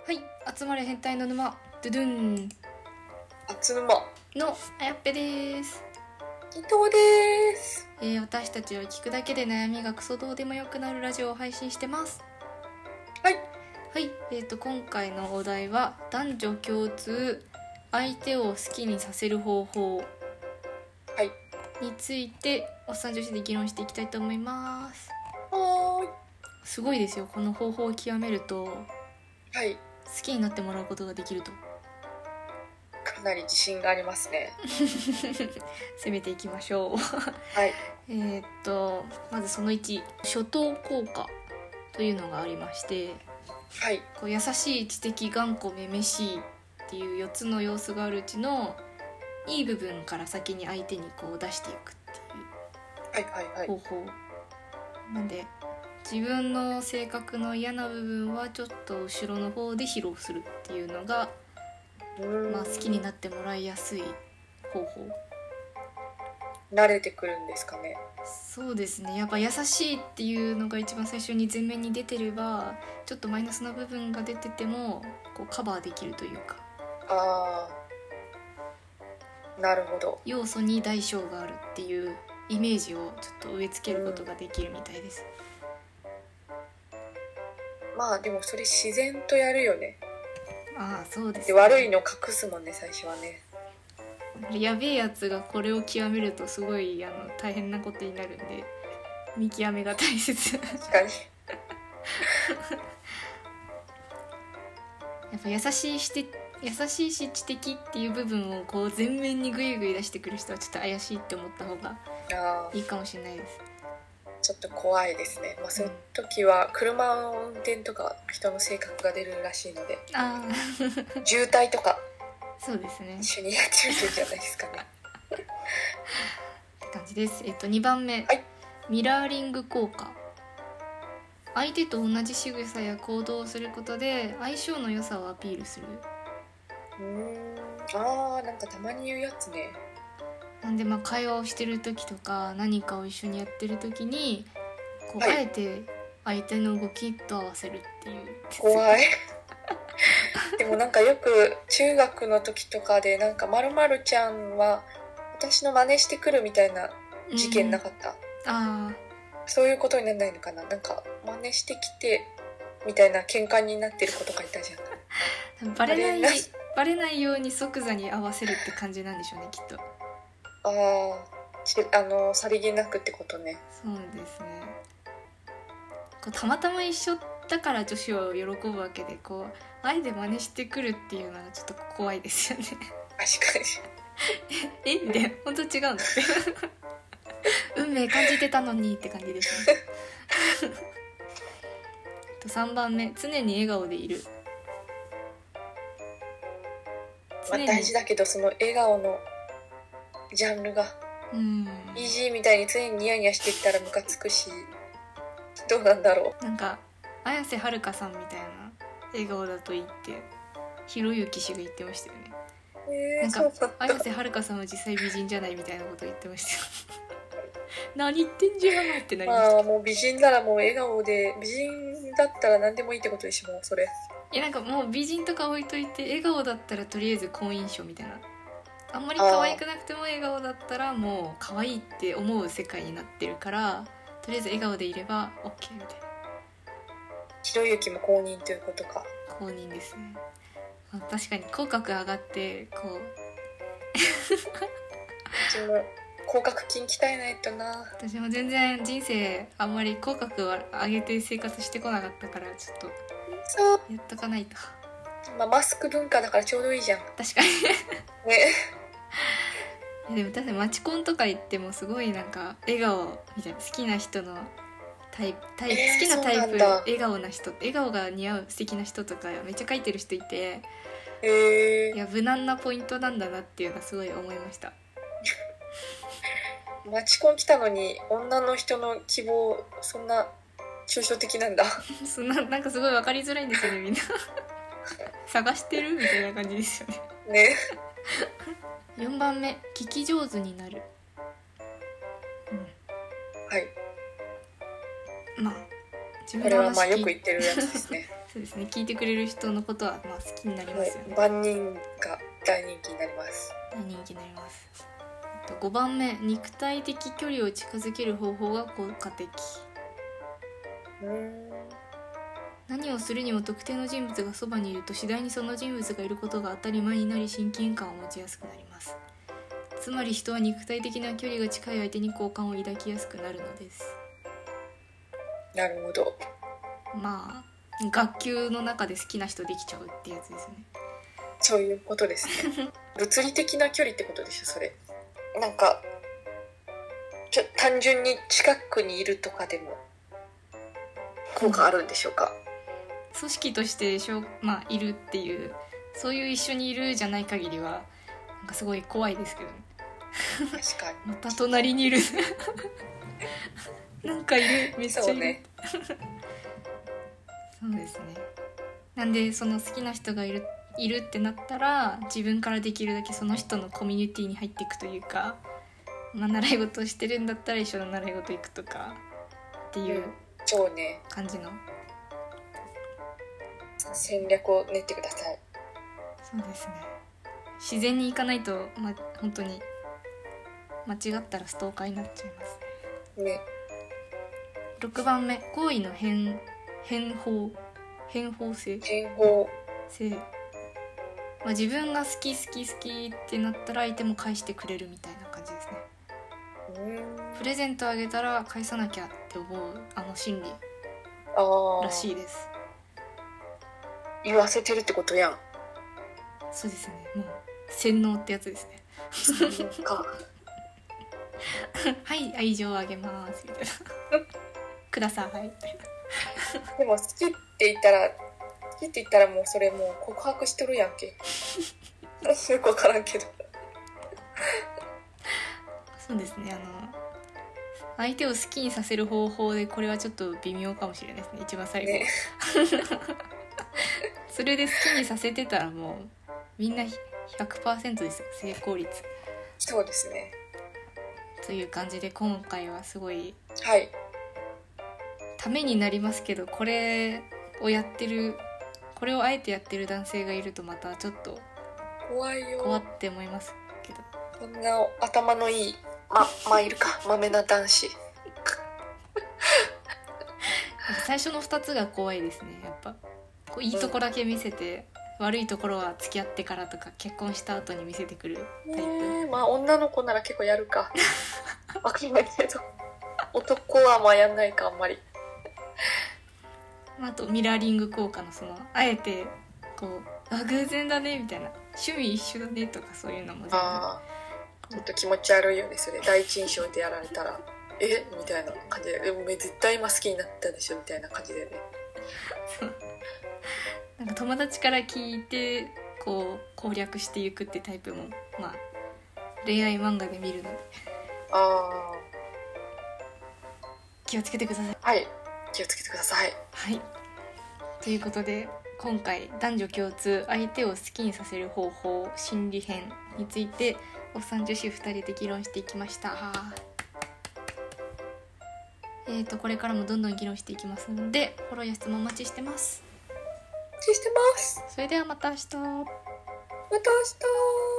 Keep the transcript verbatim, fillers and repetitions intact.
はい、集まれ変態の沼ドゥドゥンあつぬまのあやっぺです。 伊藤です、 えー、私たちは聞くだけで悩みがクソどうでもよくなるラジオを配信してます。 はいはい、えーと今回のお題は男女共通相手を好きにさせる方法はいについておっさん女子で議論していきたいと思います。 はーいすごいですよ、この方法を極めるとはい好きになってもらうことができると。 かなり自信がありますね攻めていきましょうはいえーっとまずそのいち、初等効果というのがありまして、 はいこう優しい、知的、頑固、めめしいっていうよっつの様子があるうちのいい部分から先に相手にこう出していくってはいはいはいいう方法、なんで自分の性格の嫌な部分はちょっと後ろの方で披露するっていうのが、 うーんまあ、好きになってもらいやすい方法。 慣れてくるんですかね。 そうですね、やっぱ優しいっていうのが一番最初に前面に出てれば、ちょっとマイナスな部分が出ててもこうカバーできるというか、 あーなるほど。 要素に大小があるっていうイメージをちょっと植え付けることができるみたいです、 うん、まあでもそれ自然とやるよね。 ああそうですね、で悪いの隠すもんね最初はね。 やべえやつがこれを極めるとすごいあの大変なことになるんで、見極めが大切や確かにっぱ優しいして優しいし知的っていう部分をこう前面にグイグイ出してくる人はちょっと怪しいって思った方があいいかもしれないです。 ちょっと怖いですね。まあそういう時は車の運転とか人の性格が出るらしいので、 ああ渋滞とかそうですね、 一緒にやってみてるんじゃないですかねって感じです。えっとにばんめ、 はい、 ミラーリング効果。相手と同じ仕草や行動をすることで相性の良さをアピールする。 うーんあーなんかたまに言うやつね。 なんでまあ会話をしてる時とか何かを一緒にやってる時にこう、 はいあえて相手の動きと合わせるっていう。 怖いでもなんかよく中学の時とかでなんか〇〇ちゃんは私の真似してくるみたいな事件なかった、 うん、あそういうことにならないのかな。なんか真似してきてみたいな喧嘩になってる子とかいたじゃん。 あバレないあれバレないように即座に合わせるって感じなんでしょうねきっと。 あーちあのさりげなくってことね。 そうですね、こうたまたま一緒だから女子を喜ぶわけで、こうあえて真似してくるっていうのはちょっと怖いですよね確かにえみたいな、本当違うんだって運命感じてたのにって感じですねとさんばんめ、常に笑顔でいる。 まあ、大事だけどその笑顔のジャンルがうんイージーみたいに常にニヤニヤしていったらムカつくし、どうなんだろう。 なんか綾瀬はるかさんみたいな笑顔だといいってひろゆき氏が言ってましたよね。 えー、 なんかそうだ綾瀬はるかさんは実際美人じゃないみたいなこと言ってましたよ何言ってんじゃんってなりました。 まあもう美人ならもう笑顔で、美人だったら何でもいいってことでしょもうそれ。 いやなんかもう美人とか置いといて笑顔だったらとりあえず好印象みたいな、あんまり可愛くなくても笑顔だったらもう可愛いって思う世界になってるから、とりあえず笑顔でいれば OK みたいな。 ひろゆきも公認ということか。 公認ですね。あ、確かに口角上がってこう私も口角筋鍛えないとな。 私も全然人生あんまり口角を上げて生活してこなかったから、ちょっとそうやっとかないと。 まあ、マスク文化だからちょうどいいじゃん。 確かにね。 いやでも確かにマチコンとか行ってもすごいなんか笑顔みたいな、好きな人のタイプ、タイプ、 えー好きなタイプ、 そうなんだ笑顔な人、笑顔が似合う素敵な人とかめっちゃ描いてる人いて、 えー、 いや無難なポイントなんだなっていうのはすごい思いましたマチコン来たのに女の人の希望そんな抽象的なんだそんな、なんかすごい分かりづらいんですよねみんな探してるみたいな感じですよねね。 よんばんめ、聞き上手になる、 はい。 うん、まあ自これは分の話聞いまあよく言ってるやつですね。 そうですね、聞いてくれる人のことはまあ好きになりますよね。 万人が大人気になります。 人気になります。あとごばんめ、肉体的距離を近づける方法が効果的。 うーん何をするにも特定の人物がそばにいると次第にその人物がいることが当たり前になり親近感を持ちやすくなります。つまり人は肉体的な距離が近い相手に好感を抱きやすくなるのです。 なるほど。 まあ学級の中で好きな人できちゃうってやつですね。 そういうことですね。物理的な距離ってことでしょそれ。なんかちょ単純に近くにいるとかでも効果あるんでしょうか。 組織としてしょう、まあ、いるっていうそういう一緒にいるじゃない限りはなんかすごい怖いですけどね。 確かに。 また隣にいるなんかいる、めっちゃいる。 そうね。 そうですね。なんでその好きな人がいるいるってなったら自分からできるだけその人のコミュニティに入っていくというか、まあ、習い事をしてるんだったら一緒の習い事行くとかっていうそうね。 感じの、 戦略を練ってください。 そうですね。自然に行かないと、ま、本当に間違ったらストーカーになっちゃいますね。 ね。 ろくばんめ、行為の変変法変法性変法。 性、まあ、自分が好き好き好きってなったら相手も返してくれるみたいな感じですね。 うーん。 プレゼントあげたら返さなきゃって思うあの心理ああ。 らしいです。 言わせてるってことやん。 そうですね、もう洗脳ってやつですね。 そうか。 はい愛情あげますみたいなくださいみたいな。 でも好きって言ったら好きって言ったらもうそれもう告白しとるやんけ。よくわからんけど。 そうですね、あの相手を好きにさせる方法でこれはちょっと微妙かもしれないですね、一番最後、ね、それで好きにさせてたらもうみんな ひゃくパーセント ですよ、成功率。 そうですね。 という感じで今回はすごいはいためになりますけど、これをやってるこれをあえてやってる男性がいるとまたちょっと怖いよ。 怖って思いますけど、 こんな頭のいいままあいるか豆な男子。 最初のふたつが怖いですね。やっぱこういいとこだけ見せて、うん、悪いところは付き合ってからとか結婚した後に見せてくるタイプ。 ね、まあ女の子なら結構やるかわかんないけど男はまあやんないかあんまり。 あとミラーリング効果のそのあえてこうあ偶然だねみたいな、趣味一緒だねとかそういうのも全然あちょっと気持ち悪いよねそれ。第一印象でやられたらえみたいな感じで、でも絶対今好きになったでしょみたいな感じでね。 なんか友達から聞いてこう攻略していくってタイプもまあ恋愛漫画で見るのであ気をつけてください。 はい気をつけてください。 はいということで今回男女共通相手を好きにさせる方法心理編についておっさん女子ふたりで議論していきました。えーとこれからもどんどん議論していきますのでフォローや質問お待ちしてます。 お待ちしてます。 それではまた明日。 また明日。